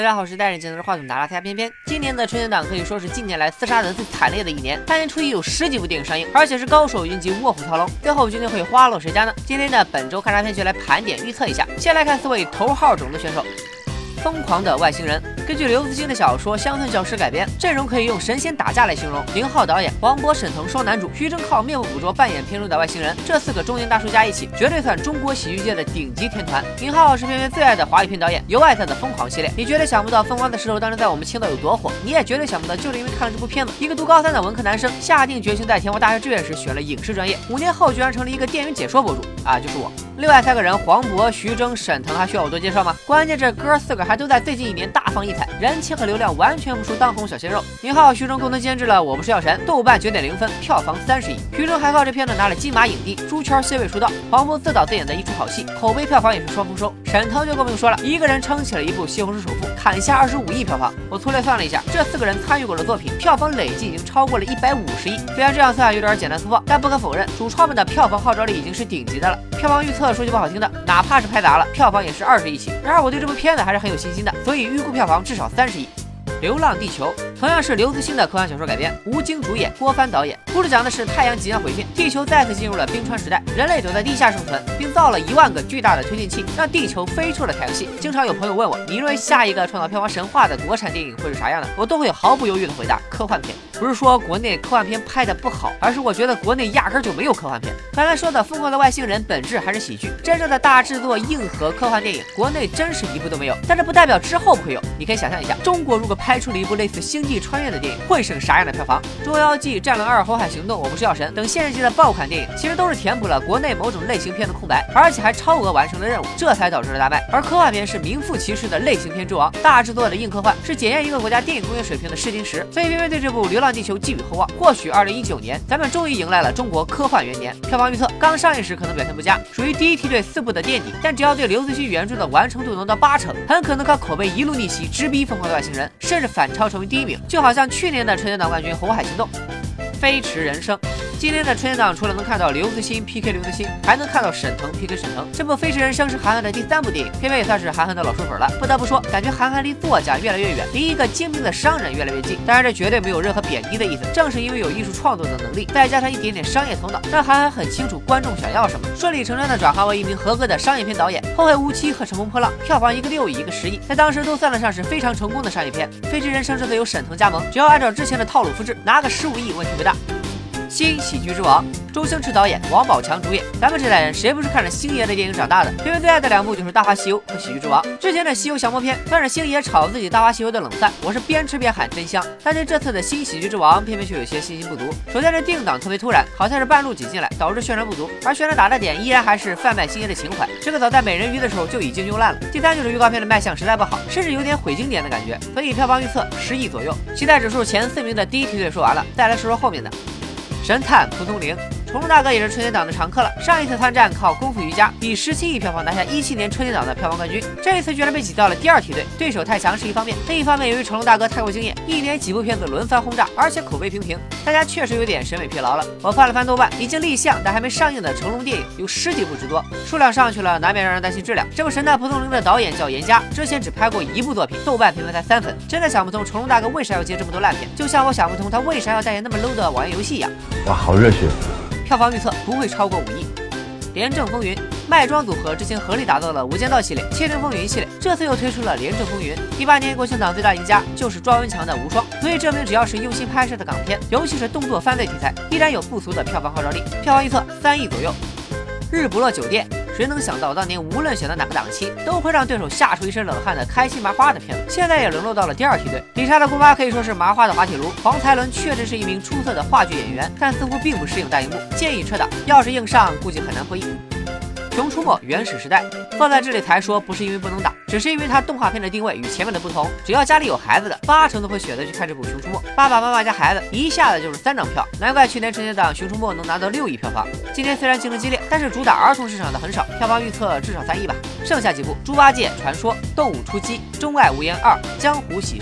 大家好，我是带着镜头话筒拿拉大家偏偏。今年的春节档可以说是近年来厮杀的最惨烈的一年，大年初一有10几部电影上映，而且是高手云集，卧虎藏龙。最后究竟会花落谁家呢？今天的本周看啥片就来盘点预测一下。先来看4位头号种子选手。疯狂的外星人根据刘慈欣的小说《乡村教师》改编，阵容可以用神仙打架来形容。宁浩导演，黄渤、沈腾双男主，徐峥靠面部捕捉扮演片中的外星人，这4个中年大叔加一起，绝对算中国喜剧界的顶级天团。宁浩是片片最爱的华语片导演，有爱他的疯狂系列。你绝对想不到《疯狂的石头》当时在我们青岛有多火，你也绝对想不到，就是因为看了这部片子，一个读高3的文科男生下定决心在天华大学志愿时选了影视专业，5年后居然成了一个电影解说博主啊，就是我。另外3个人，黄渤、徐峥、沈腾，还需要我多介绍吗？关键这哥4个还都在最近1年大放异彩，人气和流量完全不输当红小鲜肉。宁浩、徐峥共同监制了《我不是药神》，豆瓣9.0分，票房30亿。徐峥还靠这片子拿了金马影帝，猪圈 C 位出道。黄渤自导自演的一出好戏，口碑票房也是双丰收。沈腾就更不用说了，一个人撑起了一部《西红柿首富》，砍下25亿票房。我粗略算了一下，这4个人参与过的作品，票房累计已经超过了150亿。虽然这样算有点简单粗暴，但不可否认，主创们的票房号召力已经是顶级的了。票房预测说句不好听的，哪怕是拍砸了，票房也是20亿起。然而我对这部片子还是很有信心的，所以预估票房至少30亿。《流浪地球》同样是刘慈欣的科幻小说改编，吴京主演，郭帆导演。故事讲的是太阳即将毁灭，地球再次进入了冰川时代，人类躲在地下生存，并造了1万个巨大的推进器，让地球飞出了太阳系。经常有朋友问我，你认为下一个创造票房神话的国产电影会是啥样的？我都会毫不犹豫的回答：科幻片。不是说国内科幻片拍的不好，而是我觉得国内压根就没有科幻片。刚才说的《疯狂的外星人》本质还是喜剧，真正的大制作硬核科幻电影，国内真是一部都没有。但这不代表之后不会有。你可以想象一下，中国如果拍出了一部类似《星际穿越》的电影，会是个啥样的票房？《捉妖记》《战狼2》《红海行动》《我不是药神》等现级的爆款电影，其实都是填补了国内某种类型片的空白，而且还超额完成了任务，这才导致了大卖。而科幻片是名副其实的类型片之王，大制作的硬科幻是检验一个国家电影工业水平的试金石。所以偏偏对这部《流浪地球》寄予厚望，或许2019年咱们终于迎来了中国科幻元年。票房预测刚上映时可能表现不佳，属于第一梯队4部的垫底，但只要对刘慈欣原著的完成度能到80%，很可能靠口碑一路逆袭，直逼《疯狂的外星人》，甚至反超成为第1名，就好像去年的春节档冠军《红海行动》。飞驰人生，今天的春节档除了能看到刘慈欣 PK 刘慈欣，还能看到沈腾 PK 沈腾。这部《飞驰人生》是韩寒的第3部电影，偏偏也算是韩寒的老熟粉了。不得不说，感觉韩寒离作家越来越远，离一个精明的商人越来越近。当然，这绝对没有任何贬低的意思。正是因为有艺术创作的能力，再加上一点点商业头脑，让韩寒很清楚观众想要什么，顺理成章的转化为一名合格的商业片导演。《后会无期》和《乘风破浪》票房一个6亿，一个10亿，在当时都算得上是非常成功的商业片。《飞驰人生》这次有沈腾加盟，只要按照之前的套路复制，拿个15亿问题不大。新喜剧之王，周星驰导演，王宝强主演。咱们这代人谁不是看着星爷的电影长大的？偏偏最爱的2部就是《大话西游》和《喜剧之王》。之前的《西游降魔篇》算是星爷炒自己《大话西游》的冷饭，我是边吃边喊真香。但对这次的新喜剧之王，偏偏却有些信心不足。首先是定档特别突然，好像是半路挤进来，导致宣传不足。而宣传打的点依然还是贩卖星爷的情怀，这个早在美人鱼的时候就已经用烂了。第3就是预告片的卖相实在不好，甚至有点毁经典的感觉。所以票房预测10亿左右。期待指数前4名的第一梯队说完了，再来说说后面的。神探蒲松龄，成龙大哥也是春节档的常客了。上一次参战靠功夫瑜伽，以17亿票房拿下17年春节档的票房冠军。这一次居然被挤到了第2梯队，对手太强是一方面，另一方面由于成龙大哥太过经验，1年几部片子轮番轰炸，而且口碑平平，大家确实有点审美疲劳了。我翻了翻豆瓣，已经立项但还没上映的成龙电影有10几部之多，数量上去了，难免让人担心质量。这部神探蒲松龄的导演叫严家，之前只拍过1部作品，豆瓣评分才3分，真的想不通成龙大哥为啥要接这么多烂片，就像我想不通他为啥要代言那么 low 的网页游戏一样。 哇，好热血！ 票房预测不会超过5亿。廉政风云，麦庄组合之前合力打造了无间道系列、窃听风云系列，这次又推出了廉政风云。18年国庆档最大赢家就是庄文强的无双，所以证明只要是用心拍摄的港片，尤其是动作犯罪题材，依然有不俗的票房号召力。票房预测3亿左右。日不落酒店，谁能想到当年无论选择哪个档期，都会让对手吓出一身冷汗的开心麻花的片子，现在也沦落到了第2梯队。理查的公巴可以说是麻花的滑铁卢，黄才伦确实是一名出色的话剧演员，但似乎并不适应大荧幕，建议撤档。要是硬上，估计很难破亿。熊出没原始时代放在这里才说，不是因为不能打，只是因为它动画片的定位与前面的不同。只要家里有孩子的，80%都会选择去看这部熊出没。爸爸妈妈加孩子一下子就是3张票，难怪去年春节档熊出没能拿到6亿票房。今年虽然竞争激烈，但是主打儿童市场的很少，票房预测至少3亿吧。剩下几部《猪八戒传说》《动物出击》《钟爱无言2》《江湖喜事》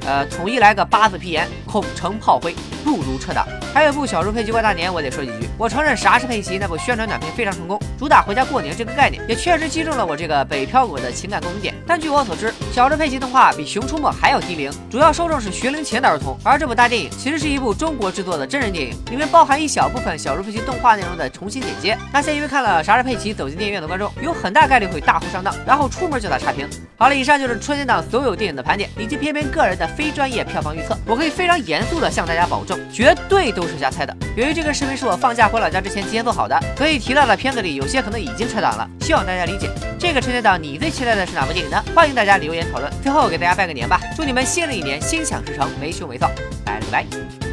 统一来个8字批言：恐成炮灰，不如撤档。还有部小猪佩奇过大年，我得说几句。我承认《啥是佩奇》那部宣传短片非常成功，主打回家过年这个概念，也确实击中了我这个北漂狗的情感共鸣点。但据我所知，小猪佩奇动画比《熊出没》还要低龄，主要受众是学龄前的儿童。而这部大电影其实是一部中国制作的真人电影，里面包含一小部分小猪佩奇动画内容的重新剪接。那些因为看了《啥是佩奇》走进电影院的观众，有很大概率会大呼上当，然后出门就打差评。好了，以上就是春节档所有电影的盘点，以及偏个人的非专业票房预测。我可以非常严肃的向大家保证，绝对都是瞎猜的。由于这个视频是我放假回老家之前提前做好的，所以提到的片子里有些可能已经撤档了，希望大家理解。这个春节档你最期待的是哪部电影呢？欢迎大家留言讨论。最后给大家拜个年吧，祝你们新的一年心想事成，没羞没臊，拜了个拜。